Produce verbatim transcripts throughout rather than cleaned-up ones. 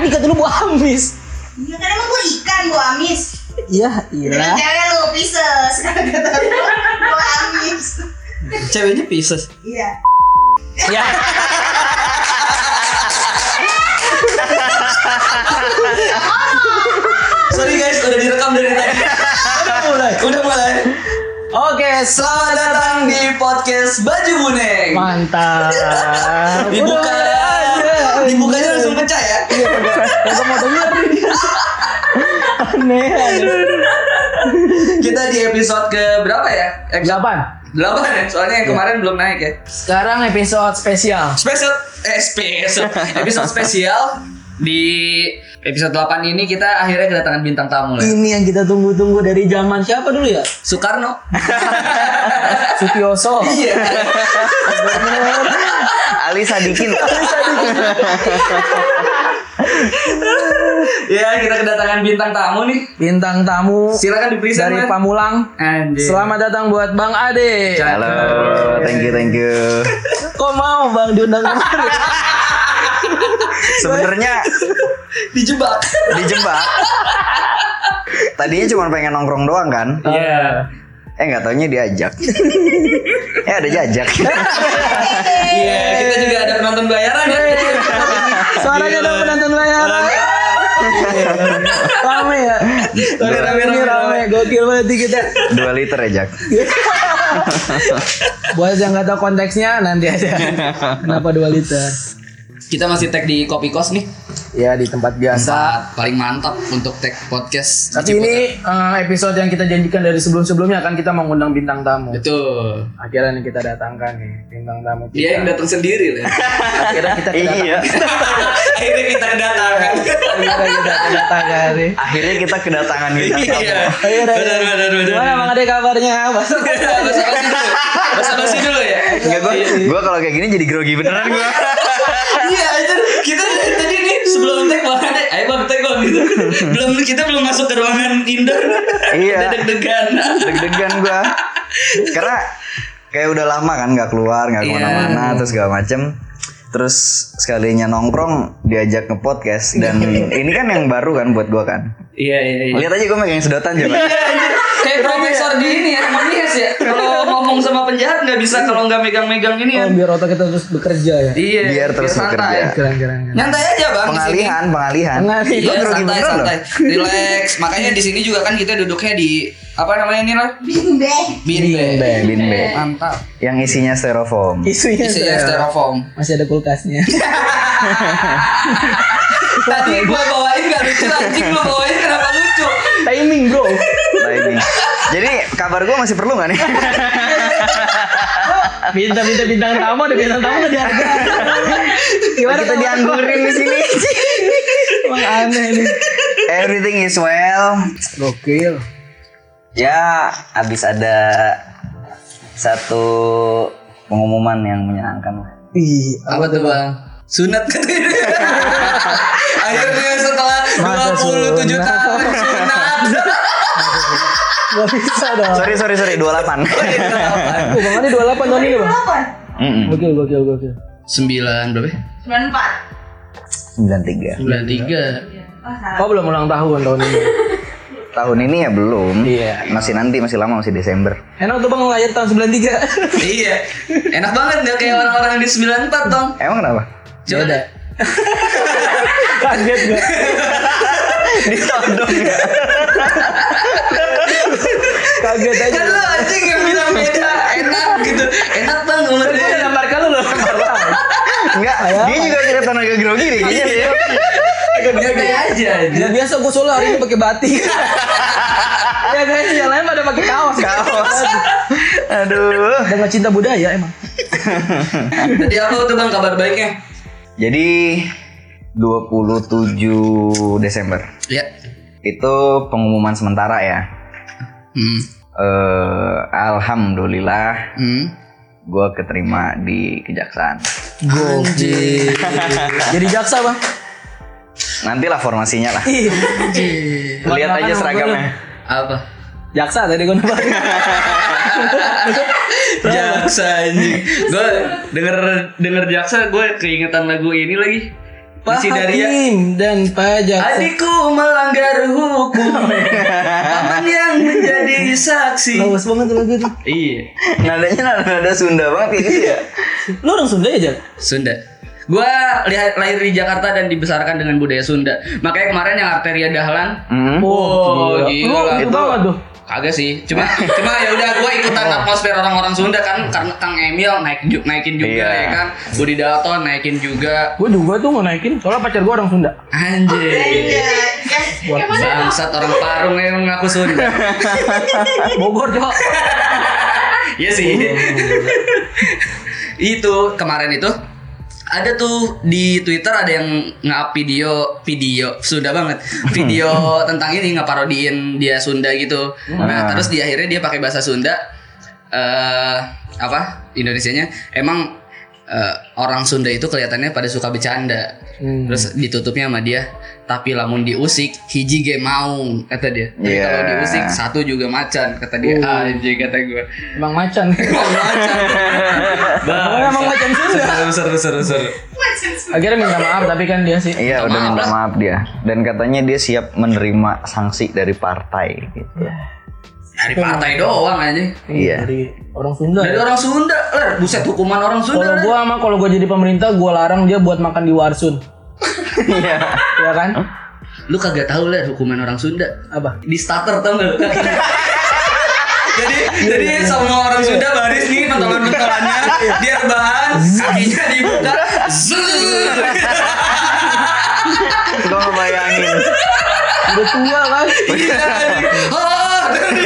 Tadi kata lu buah amis. Iya kan emang gue ikan buah amis. Iya, iya. Jangan lu Pisces. Kata lu buah amis. Ceweknya Pisces. Iya. Ya. Sorry guys, udah direkam dari tadi. Udah mulai. Udah mulai. Oke, Selamat datang di podcast Baju Buneng. mantap. Dibuka Udah, Dibukanya langsung pecah ya. Iya, udah mau denger nih. Aneh, aneh. Kita di episode ke berapa ya? Delapan. Delapan ya, soalnya yang kemarin belum naik ya. Sekarang episode spesial. Spesial eh spesial episode spesial di episode delapan ini kita akhirnya kedatangan bintang tamu lah. Ini yang kita tunggu-tunggu dari zaman siapa dulu ya? Soekarno. Sutioso. Iya. Ali Sadikin. Ya, kita kedatangan bintang tamu nih. Bintang tamu Silakan dipresent dari Man. Pamulang. Anjir. Selamat datang buat Bang Ade. Halo, thank you, thank you. Kok mau Bang diundang kemarin? Sebenarnya Dijebak. dijebak. Tadinya cuma pengen nongkrong doang kan? Iya. Eh nggak taunya diajak. Eh ada jajak. Iya, kita juga ada penonton bayaran ya. Suaranya ada penonton bayaran. Rame ya. Rame, rame, Ini rame, rame. Gokil banget nih kita. Dua liter ya Jak. Buat yang nggak tahu konteksnya nanti aja. Kenapa dua liter? Kita masih tag di Kopi Kos nih. Ya di tempat biasa. Tempat paling mantap untuk tag podcast. Tapi ini uh, episode yang kita janjikan dari sebelum-sebelumnya kan kita mengundang bintang tamu. Betul. Akhirnya nih kita datangkan nih bintang tamu kita. Dia yang datang sendiri lah. Akhirnya kita kedatangan. Iya. Akhirnya kita kedatangan. Akhirnya kita kedatangan nih. Akhirnya kita kedatangan bintang tamu. Iya. Akhirnya. Benar, benar, benar. Gimana Bang Ade kabarnya? Basa-basi dulu. Basa-basi dulu ya. Enggak gua, gua kalau kayak gini jadi grogi beneran gua. Iya, itu kita tadi nih sebelum tag Bang Ade, ayo Bang tag Bang gitu. Belum kita belum masuk ke ruangan indoor. Iya. Udah deg-degan. Deg-degan gua. Karena kayak udah lama kan nggak keluar, nggak Iya. kemana-mana, terus segala macem. Terus sekalinya nongkrong diajak ke podcast dan ini kan yang baru kan buat gua kan. Iya, iya, iya. Lihat aja gua megang sedotan coba. Iya, anjir. Kayak profesor di ini ya, Manias ya. Kalau ngomong sama penjahat nggak bisa kalau nggak megang-megang ini Oh, kan. biar otak kita terus bekerja ya. Iya. Biar terus santai. bekerja. Keren-keren. Nyantai aja Bang. di sini. Pengalihan, pengalihan. Pengalihan. Iya, Gua grogi santai, beneran loh. santai. Relax. Makanya di sini juga kan kita duduknya di apa namanya ini loh? Bimbing. Binbag. Binbag. Mantap. Yang isinya styrofoam. Isunya Isinya styrofoam. Masih ada kulkasnya. Tadi gua bawain gak lucu, anjing gua bawain kenapa lucu? Timing bro. Timing. Jadi kabar gua masih perlu nggak nih? Minta-minta bintang tamu, ada bintang tamu nggak dihargai. Gimana Kita dianggurin di sini. Emang aneh nih. Everything is well. Gokil. Ya, habis ada satu pengumuman yang menyenangkan lah. Ih, Apa tuh Bang? Sunat katanya. Akhirnya setelah Masa dua puluh tujuh sunat? tahun sunat. Gak bisa dong. Sorry, sorry, sorry, dua puluh delapan. Oh, Bang Ade dua puluh delapan tahun ini bang. Apa? Mm-mm. Gokil, gokil, gokil. Sembilan berapa? sembilan puluh empat. sembilan puluh tiga. Sembilan tiga. Oh salah. Oh belum ulang tahun tahun ini. Tahun ini ya belum. Iya. Masih nanti, masih lama, masih Desember. Enak tuh bang lahir tahun sembilan tiga. Iya. Enak banget nggak kayak orang-orang di sembilan empat dong. Emang kenapa? Coba Beda. Kaget gak? Ditodong ya. Kaget aja. Kan lo anjing yang bilang beda. Enak gitu. Enak bang umur Gue udah gambar kalau lo gambar lain. Enggak, dia juga kelihatan agak grogi deh kayaknya deh. Nyantai aja. Nggak biasa gue soalnya hari ini pakai batik. Ya guys, yang lain pada pakai kaos. Kaos. Aduh. Dengan cinta budaya emang. Jadi apa tuh bang kabar baiknya? Jadi dua puluh tujuh Desember Ya. itu pengumuman sementara ya. Hmm. Eh, alhamdulillah Hmm. gue keterima di kejaksaan. Gokil. Jadi jaksa bang. Nantilah formasinya lah. Ih. Lihat aja seragamnya. Apa? Jaksa tadi gue nembak. Jaksa anjing. Gue denger denger jaksa gue keingetan lagu ini lagi. Pak Isi Daria. Hakim dan Pak Jaksa. Adikku melanggar hukum. Paman yang menjadi saksi. Lawas banget lagu itu. Iya. Nadanya nada-nada Sunda banget ini ya. Lu orang Sunda ya, Jak? Sunda. Gua lihat lahir di Jakarta dan dibesarkan dengan budaya Sunda. Makanya kemarin yang Arteria Dahlan. Hmm. Oh, gila. Lu itu banget tuh. Kagak sih, cuma cuma ya udah gue ikutan atmosfer orang-orang Sunda kan, karena Kang Emil naik ju- naikin juga Iya. ya kan, Budi Dalton naikin juga. Gue juga tuh mau naikin, soalnya pacar gue orang Sunda. Anjir. Buat Bangsat orang Parung yang ngaku Sunda. Bogor, Cok. Iya sih. Itu kemarin itu ada tuh di Twitter ada yang nge-up video video Sunda banget. Video tentang ini ngeparodiin dia Sunda gitu. Nah, terus di akhirnya dia pakai bahasa Sunda eh apa? Indonesianya emang eh, orang Sunda itu kelihatannya pada suka bercanda. Hmm. Terus ditutupnya sama dia, tapi lamun diusik hiji ge maung kata dia. Tapi Yeah. kalau diusik satu juga macan kata dia. Uh. Anjing kata gue. Emang macan. Macan. Emang emang macan Sunda. Seru seru seru. Akhirnya minta maaf tapi kan dia sih. Iya, udah minta maaf dia. Dan katanya dia siap menerima sanksi dari partai gitu. Dari partai doang aja. Iya. Dari orang Sunda. Dari ya. orang Sunda. Eh, buset hukuman orang Sunda. Kalau gua sama kalau gua jadi pemerintah gua larang dia buat makan di Warsun. Iya. Ya kan? Lu kagak tahu lah hukuman orang Sunda. Apa? Di starter tau gak lu? jadi jadi semua orang Sunda baris nih pentolan-pentolannya, dia rebahan, kakinya dibuka, zzzz. Gue ngebayangin. Udah tua kan? Iya. Oh.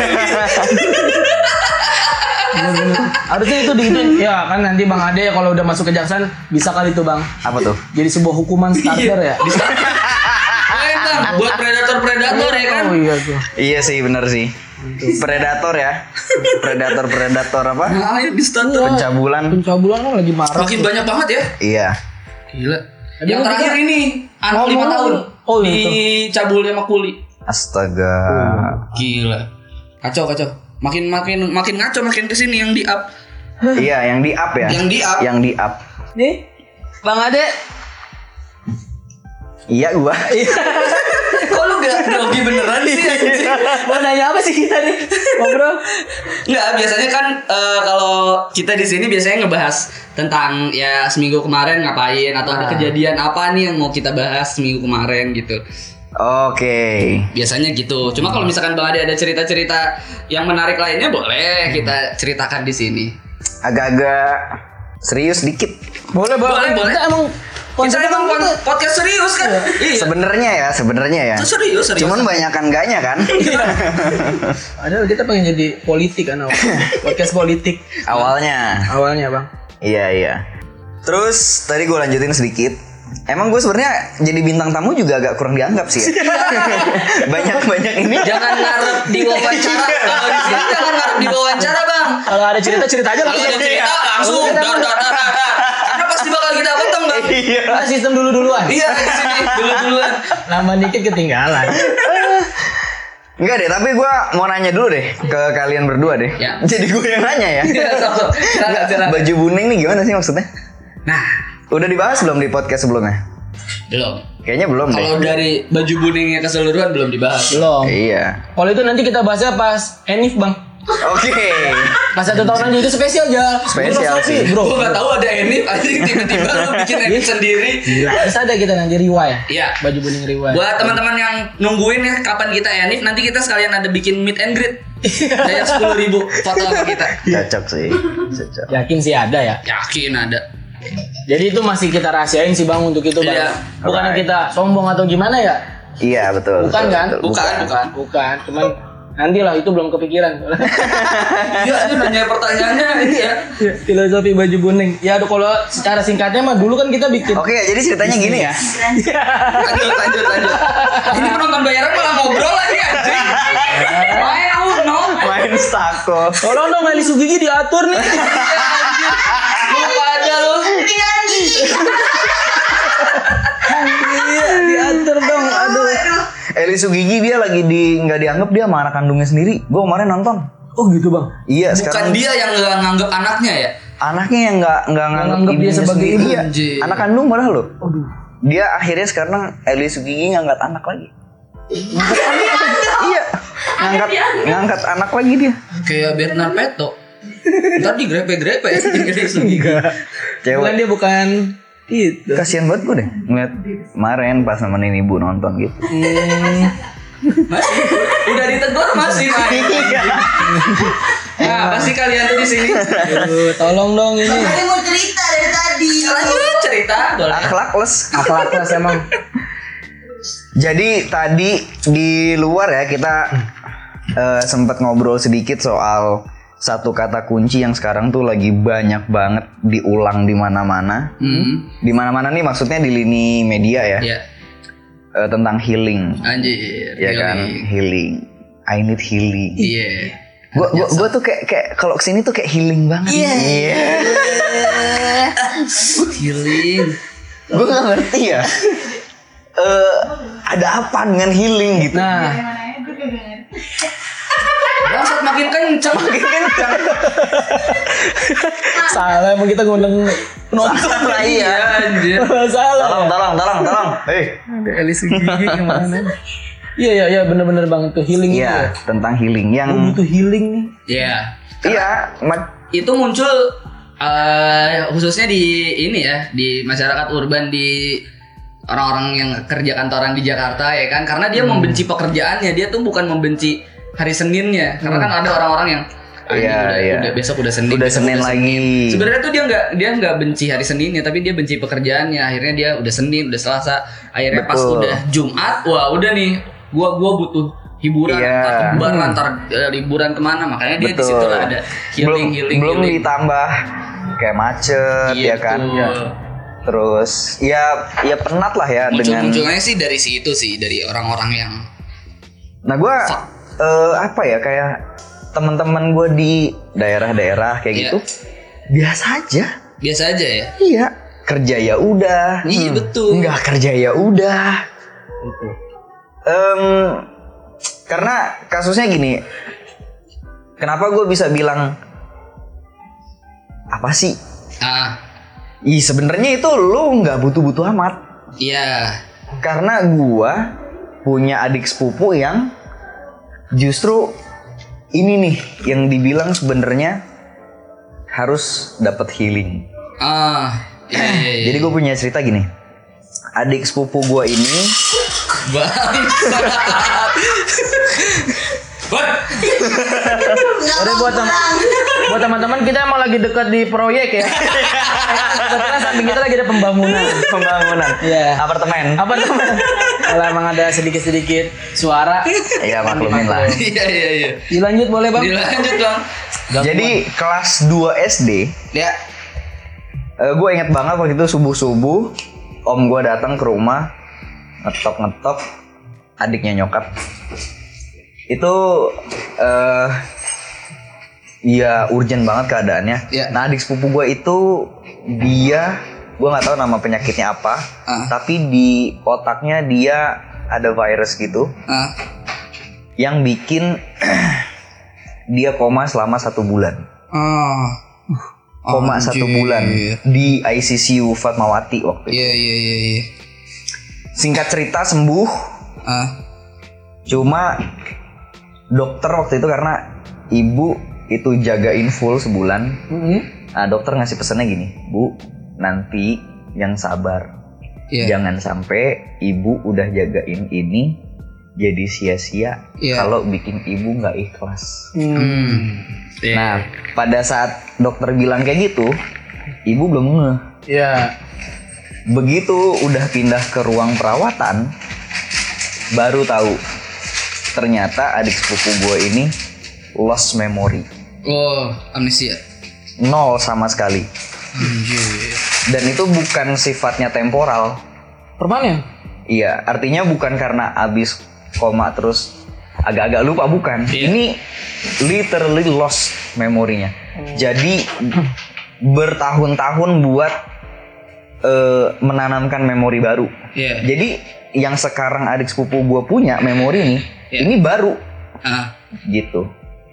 Bener-bener. Harusnya itu digituin. Ya kan nanti Bang Ade kalau udah masuk kejaksaan bisa kali tuh Bang. Apa tuh? Jadi sebuah hukuman starter ya. Enak buat predator-predator ya kan. Oh iya tuh. Iya sih, bener sih. Predator ya. Predator-predator apa? Nah, ayo di starter. Pencabulan. Pencabulan kan lagi marah. Makin banyak banget ya. Iya. Gila. Tapi Yang kan terakhir kita- ini anak Oh, lima mau- tahun. oh, di itu. cabul sama kuli. Astaga. Gila. Kacau kacau. Makin makin makin ngaco makin kesini yang di up. Iya, yang di up ya. Yang di up. Yang di up. Nih Bang Ade. Iya gua. Kok lu gak grogi beneran sih anjing? Mau nanya apa sih kita nih? Ngobrol. Nggak, biasanya kan eh, kalau kita di sini biasanya ngebahas tentang ya seminggu kemarin ngapain atau ada Ah. kejadian apa nih yang mau kita bahas seminggu kemarin gitu. Oke. Biasanya gitu. Cuma kalau misalkan Bang Ade ada cerita-cerita yang menarik lainnya boleh kita ceritakan di sini. Agak-agak serius dikit. Boleh, Boleh, boleh. Kita emang Kita konsepnya emang kan pon- podcast serius kan? Iya. Sebenarnya ya, sebenarnya ya. Itu serius, serius. Cuman banyakan enggaknya kan? Padahal kita pengen jadi politik kan awal. Podcast politik Awalnya. awalnya Bang. Iya, iya. Terus tadi gue lanjutin sedikit. Emang gue sebenarnya jadi bintang tamu juga agak kurang dianggap sih ya. Banyak-banyak ini. Jangan ngarep di wawancara. Kalau di sini jangan ngarep di wawancara, Bang. Kalau ada cerita cerita aja Kalau ada cerita langsung dar dar dar dar. dar. Karena pasti bakal kita potong, Bang. Iya. Nah, sistem dulu duluan. Iya, di sini dulu-duluan. Nambah dikit ketinggalan. Enggak deh, tapi gue mau nanya dulu deh ke kalian berdua deh. Ya. Jadi gue yang nanya ya. Silakan, silakan. Baju kuning nih gimana sih maksudnya? Nah, Udah dibahas belum di podcast sebelumnya? belum. Kayaknya belum deh. Kalau dari baju kuningnya keseluruhan belum dibahas. Belum. Iya. Kalau itu nanti kita bahasnya pas Enif Bang. Oke. Pas satu tahunan itu spesial aja. Spesial sih. Bro. Gue gak tahu ada Enif, anjing tiba-tiba lu bikin Enif sendiri. Gila. Terus ada kita nanti rewind. Iya. Baju kuning rewind. Buat teman-teman yang nungguin ya kapan kita Enif, nanti kita sekalian ada bikin meet and greet. Kayak sepuluh ribu foto sama kita. Cocok sih. Cocok. Yakin sih ada ya. Yakin ada. Jadi itu masih kita rahasiain sih Bang untuk itu Bang. Iya. Bukannya Alright. kita sombong atau gimana ya? Iya betul. Bukan betul, kan? betul. Bukan, bukan. Bukan. Cuman nantilah itu belum kepikiran. Iya, ini nanya pertanyaannya ini ya. Filosofi baju kuning. Ya kalau secara singkatnya mah dulu kan kita bikin. Oke, jadi ceritanya gini ya. Lanjut, lanjut, lanjut. Ini penonton bayaran malah ngobrol lagi anjing. Main Uno. Main stako. Tolong dong Eli Sugigi diatur nih. Lupa aja lu. Iya, diatur dong. Aduh. Eli Sugigi dia lagi di nggak dianggap dia sama anak kandungnya sendiri. Gue kemarin nonton. Oh gitu Bang. Iya, Bukan sekarang dia yang nggak nganggep anaknya ya. anaknya yang nggak nggak nganggap nganggap dia ibunya sebagai sendiri. ibu. Iya. Anjing. Anak kandung malah lo. Aduh. dia akhirnya sekarang Eli Sugigi ngangkat anak lagi. Ngangkat anak. Iya. Ngangkat ngangkat anak lagi dia. Kayak Bernard Peto. Ntar digrepe-grepe ya tinggal Sugigi. Cewek. Bukan dia bukan itu. Kasian banget gue deh ngeliat kemarin pas nemenin ibu nonton gitu. Hmm. Masih udah ditegur masih main. Ya, apa sih kalian tuh di sini? Aduh, tolong dong ini. Tadi mau cerita dari tadi. Lanjut cerita, boleh. Akhlakless. Akhlaknya emang. Jadi tadi di luar ya kita uh, sempat ngobrol sedikit soal satu kata kunci yang sekarang tuh lagi banyak banget diulang di mana-mana. Hmm. Di mana-mana nih maksudnya di lini media ya. Ya. Uh, tentang healing. Anjir. Ya kan, healing. I need healing. Iya. Gua gua gua tuh kayak kayak kalau kesini tuh kayak healing banget. Iya. Healing. Gua nggak ngerti ya. Eh ada apa dengan healing gitu? Nah, Bangsat makin kenceng. Makin kencang. salah emang kita ngundang penonton. Salah, iya. Anjir. Salah. Tolong, tolong, tolong, tolong. Hei. Ada Elis gigi kemana? Iya iya iya benar-benar bang itu healing itu Iya, ya. tentang healing yang Oh butuh healing nih. Iya. iya, ma- Itu muncul eh, khususnya di ini ya, di masyarakat urban, di orang-orang yang kerja kantoran di Jakarta ya kan, karena dia membenci pekerjaannya. Dia tuh bukan membenci hari Seninnya, karena kan ada orang-orang yang ah, ini Iya, udah, iya. udah besok udah Senin, udah besok Senin lagi. Sebenarnya tuh dia nggak dia nggak benci hari Seninnya, tapi dia benci pekerjaannya. Akhirnya dia udah Senin, udah Selasa. Akhirnya pas Betul. udah Jumat, wah udah nih, gua gua butuh hiburan, Iya. entah kembar, antar eh, liburan kemana. Makanya dia di Betul. situ lah ada healing, belum healing, belum healing. ditambah kayak macet Iya, ya kan. betul. Terus ya ya penat lah ya dengan. Muncul-munculnya sih dari situ sih, dari orang-orang yang Nah gue eh, apa ya kayak teman-teman gue di daerah-daerah kayak Iya. gitu biasa aja. biasa aja ya. Iya, kerja ya udah. Iya, betul. Enggak kerja ya udah. Em, karena kasusnya gini. Kenapa gue bisa bilang apa sih? Ah, Ih sebenarnya itu lu nggak butuh-butuh amat. iya. Karena gue punya adik sepupu yang justru ini nih yang dibilang sebenarnya harus dapat healing. Ah, iya iya. iya. Jadi gue punya cerita gini. Adik sepupu gue ini Bangsat. What? Udah buat tem- buat teman-teman kita emang lagi dekat di proyek ya. Kebetulan samping kita lagi ada pembangunan. pembangunan Iya. apartemen. Apa teman? Kalau emang ada sedikit-sedikit suara. Iya maklumin lah. Iya iya iya. Dilanjut boleh bang? Dilanjut bang. Jadi kelas dua S D, Ya. uh, gue inget banget waktu itu subuh-subuh om gue datang ke rumah ngetok-ngetok adiknya nyokap. Itu uh, ya urgent banget keadaannya. Iya. Nah adik sepupu gue itu dia gue nggak tahu nama penyakitnya apa, Ah. tapi di otaknya dia ada virus gitu Ah. yang bikin dia koma selama satu bulan. Oh. Koma satu bulan di I C C U Fatmawati waktu itu. Iya iya iya iya. Singkat cerita sembuh, Ah. cuma dokter waktu itu karena ibu itu jagain full sebulan. Mm-hmm. Nah dokter ngasih pesannya gini, Bu, nanti yang sabar. Iya. Jangan sampai ibu udah jagain ini jadi sia-sia Iya. kalau bikin ibu nggak ikhlas. Hmm. Iya. Nah pada saat dokter bilang kayak gitu, ibu belum ngeh. Iya. Begitu udah pindah ke ruang perawatan, baru tahu ternyata adik sepupu gue ini lost memory, Oh, amnesia. nol sama sekali. Anjir. Dan itu bukan sifatnya temporal. Permanen. Iya, artinya bukan karena abis koma terus agak-agak lupa, bukan. Iya. Ini literally lost memorinya. Jadi bertahun-tahun buat eh, menanamkan memori baru. Iya. Jadi yang sekarang adik sepupu gue punya memori nih, Iya. ini baru Ah. gitu.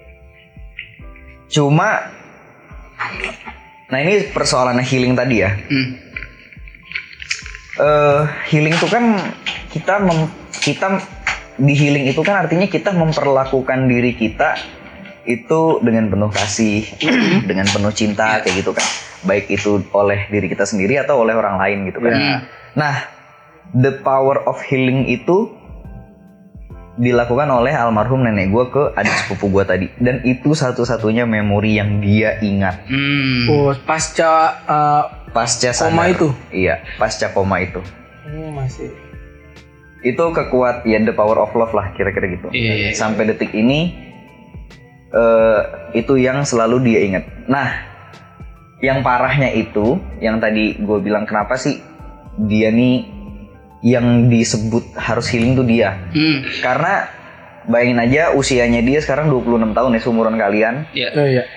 Cuma, nah ini persoalan healing tadi ya. Hmm. uh, healing itu kan kita mem, kita di healing itu kan artinya kita memperlakukan diri kita itu dengan penuh kasih, dengan penuh cinta kayak gitu kan. Baik itu oleh diri kita sendiri atau oleh orang lain gitu kan. Yeah. Nah, the power of healing itu dilakukan oleh almarhum nenek gue ke adik sepupu gue tadi, dan itu satu-satunya memori yang dia ingat. Hmm. Oh, pasca uh, Pasca sadar. koma itu. Iya, pasca koma itu. Oh, masih. Itu kekuat ya, the power of love lah kira-kira gitu. Iya, iya. Sampai detik ini uh, itu yang selalu dia ingat. Nah, yang parahnya itu, yang tadi gue bilang kenapa sih dia nih yang disebut harus healing tuh dia. Hmm. Karena bayangin aja usianya dia sekarang dua puluh enam tahun ya, seumuran kalian. Iya. Oh, iya.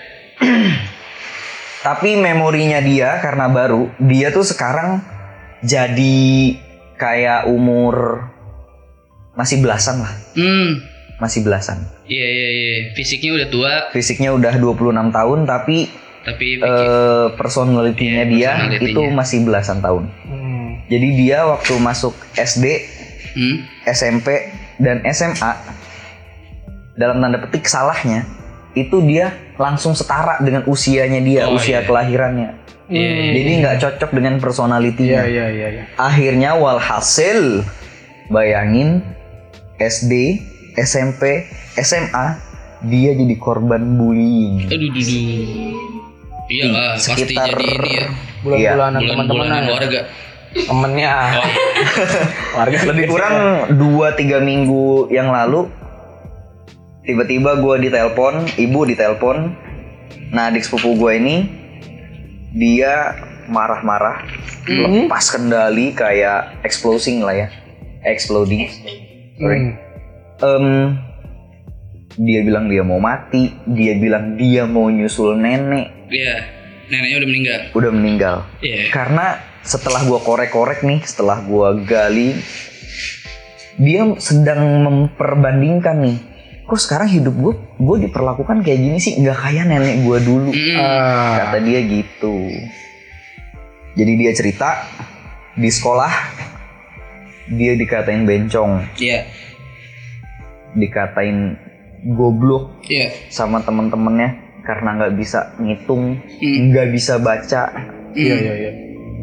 Tapi memorinya dia karena baru, dia tuh sekarang jadi kayak umur masih belasan lah. Hmm. Masih belasan. Iya iya iya. Fisiknya udah tua, Fisiknya udah dua puluh enam tahun tapi tapi eh, personality-nya Iya, dia personality-nya. itu masih belasan tahun. Hmm. Jadi dia waktu masuk S D, hmm. S M P, dan S M A, dalam tanda petik salahnya, itu dia langsung setara dengan usianya dia, Oh, usia iya. kelahirannya. Iya, iya, Jadi nggak cocok dengan Iya, personality-nya. iya, iya, iya. Akhirnya walhasil, bayangin S D, S M P, S M A, dia jadi korban bullying. Aduh, duh, duh. Iyalah, pasti Sekitar- jadi ini ya. Bulan-bulanan teman-teman Bulan-bulanan warga. temennya. Oh, Warga Lebih kurang dua tiga minggu yang lalu, tiba-tiba gue ditelepon, ibu ditelepon. Nah, adik sepupu gue ini dia marah-marah, Hmm. lepas kendali kayak exploding lah ya, exploding. Sorry. Hmm. Em, dia bilang dia mau mati, dia bilang dia mau nyusul nenek, iya. Neneknya udah meninggal. udah meninggal. Iya. Karena setelah gua korek-korek nih, setelah gua gali, dia sedang memperbandingkan nih, kok sekarang hidup gua, gua diperlakukan kayak gini sih, nggak kayak nenek gua dulu. Hmm. Ah. Kata dia gitu. Jadi dia cerita di sekolah dia dikatain bencong, Iya. dikatain goblok Iya. sama temen-temennya karena nggak bisa ngitung, Hmm. nggak bisa baca. Iya, iya, iya.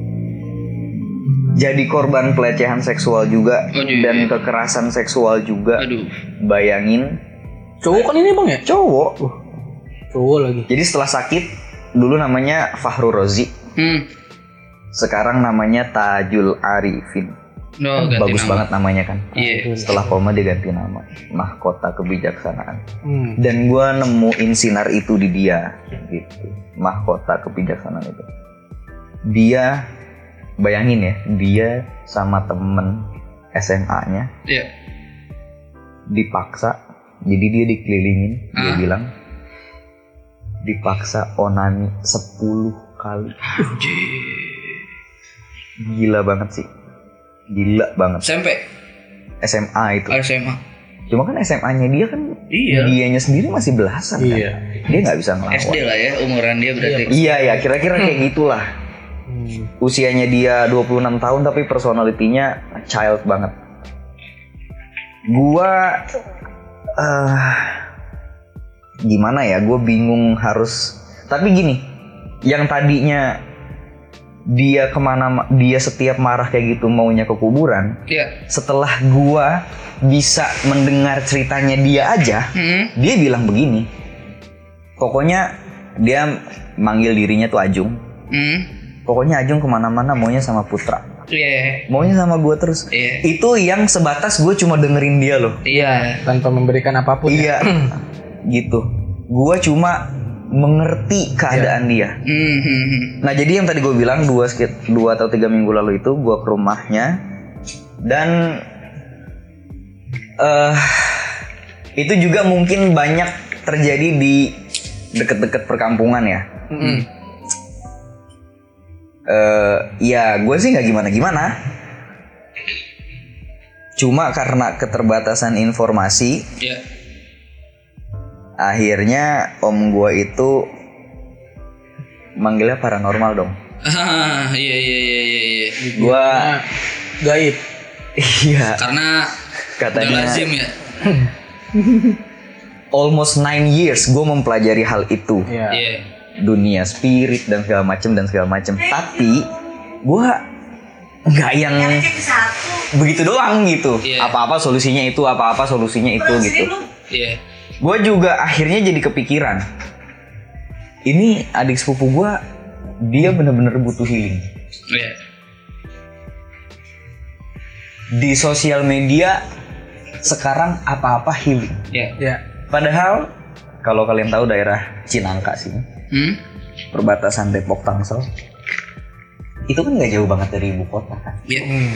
Jadi korban pelecehan seksual juga Oh, iya. dan kekerasan seksual juga. Aduh. Bayangin, Cowok kan ini bang ya? cowok. Cowok lagi. Jadi setelah sakit dulu namanya Fahru Rozi, Hmm. sekarang namanya Tajul Arifin. No, ganti Bagus nama. banget namanya kan. Iya. Setelah koma dia ganti nama, Mahkota Kebijaksanaan. Hmm. Dan gue nemuin sinar itu di dia, gitu. Mahkota Kebijaksanaan itu. Dia, bayangin ya, dia sama temen S M A-nya Iya. dipaksa, jadi dia dikelilingin, dia Ah. bilang dipaksa onani sepuluh kali. Gila banget sih, gila banget. S M P, S M A itu. S M A. Cuma kan S M A-nya dia kan, Iya. dianya sendiri masih belasan kan. Iya. Dia nggak bisa ngelawan. S D lah ya umuran dia berarti. Iya ya, kira-kira kayak gitulah. Hmm. Usianya dia dua puluh enam tahun tapi personality-nya child banget. Gua eh gimana ya? Gue bingung harus. Tapi gini, yang tadinya dia kemana, dia setiap marah kayak gitu maunya ke kuburan. Iya. Setelah gua bisa mendengar ceritanya dia aja, Hmm. dia bilang begini. Pokoknya dia manggil dirinya tuh Ajung. Hmm. Pokoknya Ajung kemana-mana maunya sama Putra, Iya. maunya sama gue terus. Iya. Itu yang sebatas gue cuma dengerin dia loh. Iya. Tanpa memberikan apapun. Iya, gitu. Gue cuma mengerti keadaan dia. Hmm. hmm, hmm. Nah jadi yang tadi gue bilang dua sekit dua atau tiga minggu lalu itu gue ke rumahnya dan eh itu juga mungkin banyak terjadi di deket-deket perkampungan ya. Hmm. Eh ya gue sih nggak gimana-gimana. Cuma karena keterbatasan informasi, Iya. akhirnya om gue itu manggilnya paranormal dong. Ah, iya iya iya iya iya. Gue Gaib. Iya, Karena katanya udah lazim ya. almost nine years gue mempelajari hal itu. Iya. Iya. Dunia spirit dan segala macem dan segala macem. Tapi gue nggak yang Yang cek satu. begitu doang gitu. Iya. Apa-apa solusinya itu, apa-apa solusinya itu Bang, gitu. sini lu. Iya. Gue juga akhirnya jadi kepikiran. Ini adik sepupu gue, dia bener-bener butuh healing. Iya. Di sosial media sekarang apa-apa healing. Iya. Iya. Padahal kalau kalian tahu daerah Cinangka sini, Hmm? perbatasan Depok Tangsel, itu kan nggak jauh banget dari ibu kota kan. Iya. Hmm.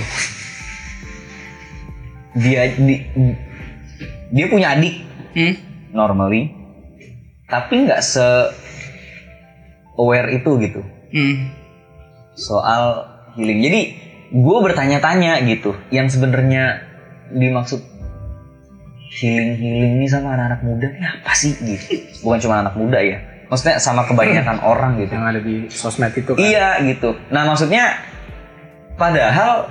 Dia di, dia punya adik Hmm? normally, tapi nggak se aware itu gitu Hmm. soal healing. Jadi gue bertanya-tanya gitu, yang sebenarnya dimaksud healing healing ini sama anak-anak muda ini apa sih gitu? Bukan cuma anak muda ya, maksudnya sama kebanyakan orang gitu. Yang ada di sosmed itu kan. Iya gitu. Nah maksudnya, padahal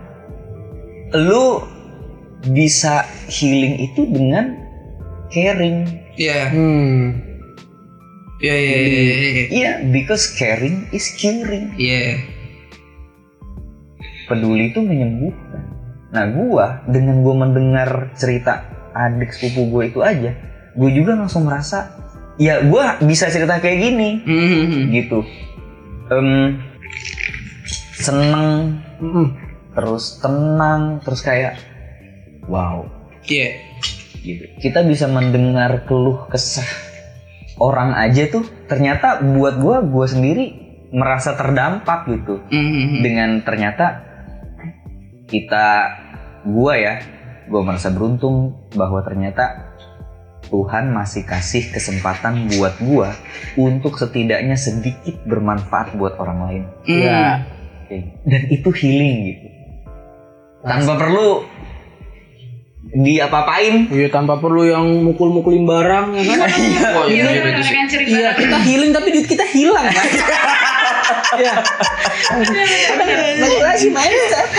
lu bisa healing itu dengan caring. Iya. Hmm. Iya, iya, iya, iya. Iya, because caring is curing. Iya. Peduli itu menyembuhkan. Nah gua dengan gua mendengar cerita adik sepupu gue itu aja, gue juga langsung merasa ya gua bisa cerita kayak gini Hmm. gitu. Em, seneng, Hmm. terus tenang, terus kayak wow Iya. gitu. Kita bisa mendengar keluh kesah orang aja tuh, ternyata buat gua gua sendiri merasa terdampak gitu. Hmm. Dengan ternyata kita, gua ya, gua merasa beruntung bahwa ternyata Tuhan masih kasih kesempatan buat gua untuk setidaknya sedikit bermanfaat buat orang lain. Iya. Kayak gitu. Dan itu healing gitu. Tanpa perlu diapa-apain. Iya, tanpa perlu yang mukul-mukulin barang ya kan. Wah, Iya, iya, bener itu sih. kan cerita. Iya, kita healing tapi duit kita hilang kan. Iya. Balik lagi main.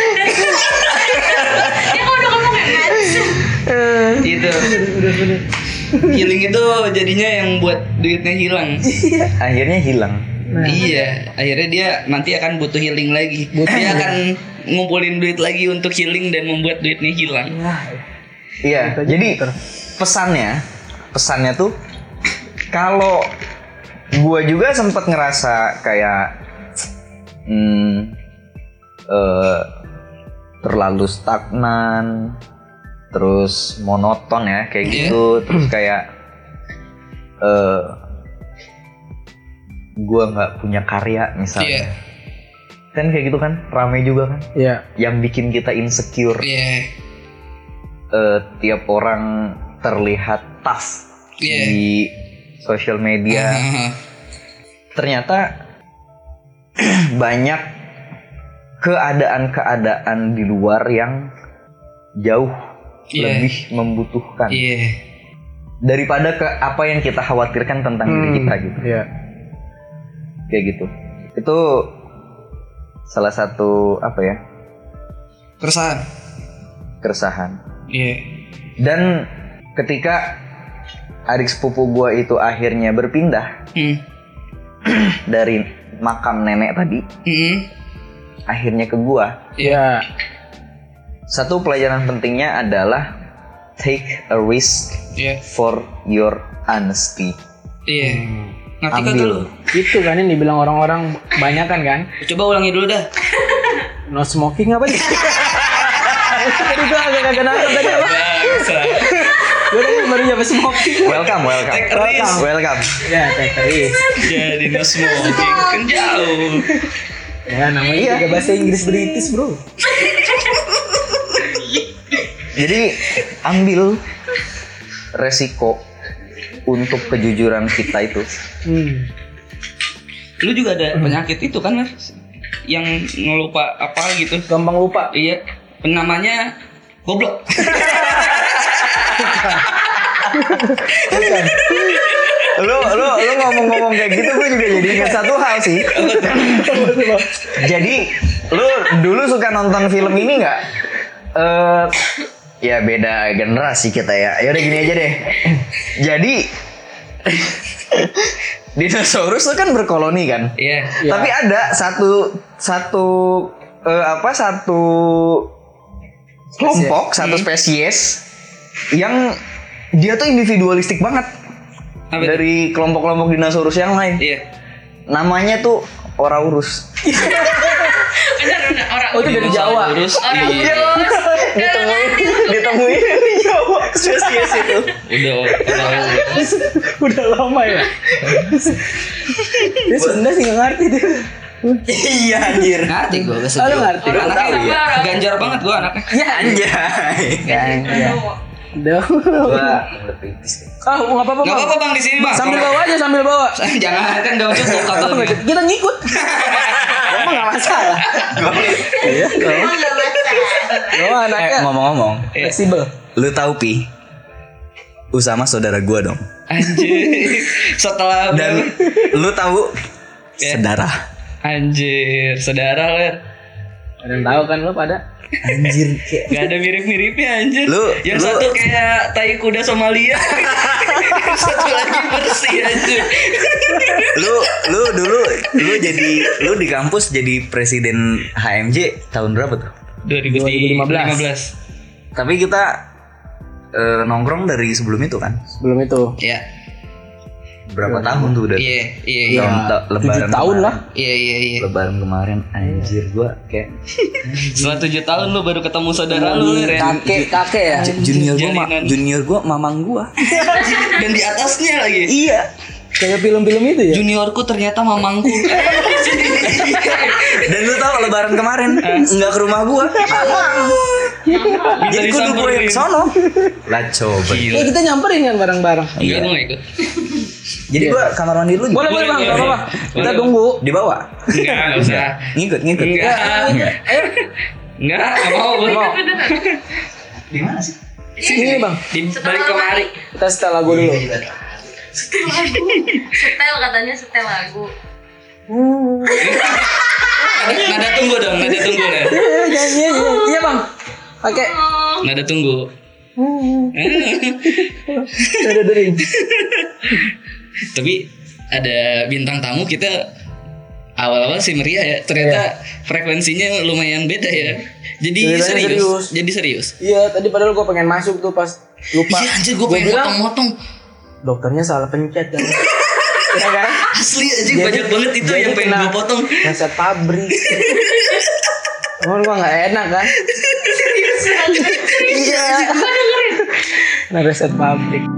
Ya kalau udah ngomong kan. Itu. Healing itu jadinya yang buat duitnya hilang. Akhirnya hilang. Iya, akhirnya dia nanti akan butuh healing lagi. Dia akan ngumpulin duit lagi untuk healing dan membuat duitnya hilang. Iya, jadi pesannya, pesannya tuh kalau gua juga sempat ngerasa kayak hmm, eh, terlalu stagnan, terus monoton ya kayak Iya. gitu, terus kayak eh, gua nggak punya karya misalnya. Iya. Kan kayak gitu kan, rame juga kan, Iya. yang bikin kita insecure. Iya. Eh, tiap orang terlihat tough Iya. di sosial media. Ah, Ternyata banyak keadaan-keadaan di luar yang jauh Iya. lebih membutuhkan Iya. daripada ke apa yang kita khawatirkan tentang diri kita gitu. Iya. Kayak gitu. Itu salah satu apa ya? Keresahan. Keresahan. Iya. Dan ketika adik sepupu gua itu akhirnya berpindah Hmm. dari makam nenek tadi, Hmm. akhirnya ke gua. Iya. Satu pelajaran pentingnya adalah take a risk Iya. for your honesty. Iya. Ngerti kagak Ambil. lu? Itu kan yang dibilang orang-orang banyakan kan. Coba ulangi dulu dah. No smoking apa sih? Tadi gua agak-agak nangkep tadi apa? Bangsa. Gua tadi baru nyapa smoking. Welcome, welcome. Take a risk. Welcome. Ya, teh teris. Jadi no smoking kan jauh. Ya, namanya Iya. juga bahasa Inggris British, Bro. Jadi ambil resiko untuk kejujuran kita itu. Hmm. Lu juga ada penyakit itu kan, Mas? Yang ngelupa apa gitu. Gampang lupa. Iya. Namanya goblok. Bukan. lu lu lu ngomong-ngomong kayak gitu gue juga jadi ingat satu hal sih. Jadi lu dulu suka nonton film ini nggak? Eh ya beda generasi kita ya. Ya udah gini aja deh. Jadi dinosaurus itu kan berkoloni kan. Iya. Ya. Tapi ada satu satu eh, apa satu kelompok, satu spesies yang dia tuh individualistik banget. Apa itu? Dari kelompok-kelompok dinosaurus yang lain. Iya. Namanya tuh Oraurus. Benar benar orang. Oh itu dari Jawa. Terus Orang iya. urus. Ditemuin, ditemuin di Jawa spesies itu. Udah udah Udah lama ya. Dia Sunda sih nggak ngerti dia. Iya anjir. ngerti gue bahasa Oh, lu Jawa. ngerti. Anaknya Tahu ya? ganjar banget gue anaknya. Ya Anjay. ya. Udah. Gua lebih Ah nggak apa-apa Gak bang. apa-apa bang di sini bang. Sambil bawa aja sambil bawa. Jangan kan gak cukup kabelnya. Kita ngikut. Emang nggak masalah. Iya. Emang nggak masalah. Lo Eh anaknya ngomong-ngomong, fleksibel. lu tahu Pi? Usama saudara gua dong. Anjir. Setelah Dan lu tahu Ya. sedarah. Anjir, saudara ler. Ada yang tahu kan lo pada? Anjir kayak Gak ada mirip-miripnya anjir. Lu- Yang lu- satu kayak tai kuda Somalia. Yang satu lagi bersih anjir. lu lu dulu lu jadi lu di kampus jadi presiden H M J tahun berapa tuh? dua ribu lima belas. Tapi kita eh, nongkrong dari sebelum itu kan? Sebelum itu. Iya. Berapa tahun tuh udah? Iya, iya, iya. Tahun, ta- tujuh lebaran tahun kemarin. lah. Iya, iya, iya. Lebaran kemarin anjir gua kayak Setelah tujuh tahun lu baru ketemu saudara lu ler. ya. Kakek kakek ya. junior gua ma- Jalinan. junior gua mamang gua. Dan di atasnya lagi. Iya. Kayak film-film itu ya. Juniorku ternyata mamangku. Dan lu tahu lebaran kemarin enggak ke rumah gua. Jadi gua dulu yang sono. Lah coba. Eh kita nyamperin kan bareng-bareng. Enggak, gue gak ikut. Jadi gua kamar mandi lu Boleh boleh bang, boleh, nggak apa-apa. boleh. Kita Boleh. tunggu. di bawah. Enggak, enggak usah. Ngikut ngikut. Enggak. Enggak. Ayo. Enggak, enggak mau gue. Mau. Di mana sih? Sini bang. Di balik kemari. Kita setel lagu dulu. Setel lagu. Setel katanya setel lagu. Nada, nada tunggu dong, nada tunggu deh. Iya nyanyi aja. Iya bang. Pakai. Nada tunggu. Ada dering. Tapi ada bintang tamu kita awal-awal sih meriah ya. Ternyata frekuensinya lumayan beda ya. Jadi Ceritanya serius. serius. Jadi serius. Iya tadi padahal gue pengen masuk tuh pas lupa. Iya anjir gue Gua pengen bilang, motong-motong. dokternya salah pencet kan. Ya kan? Asli anjir banyak banget itu jadi yang pengen kena gue potong. resep pabrik. Oh lu mah nggak enak kan? Iya. Nah resep pabrik.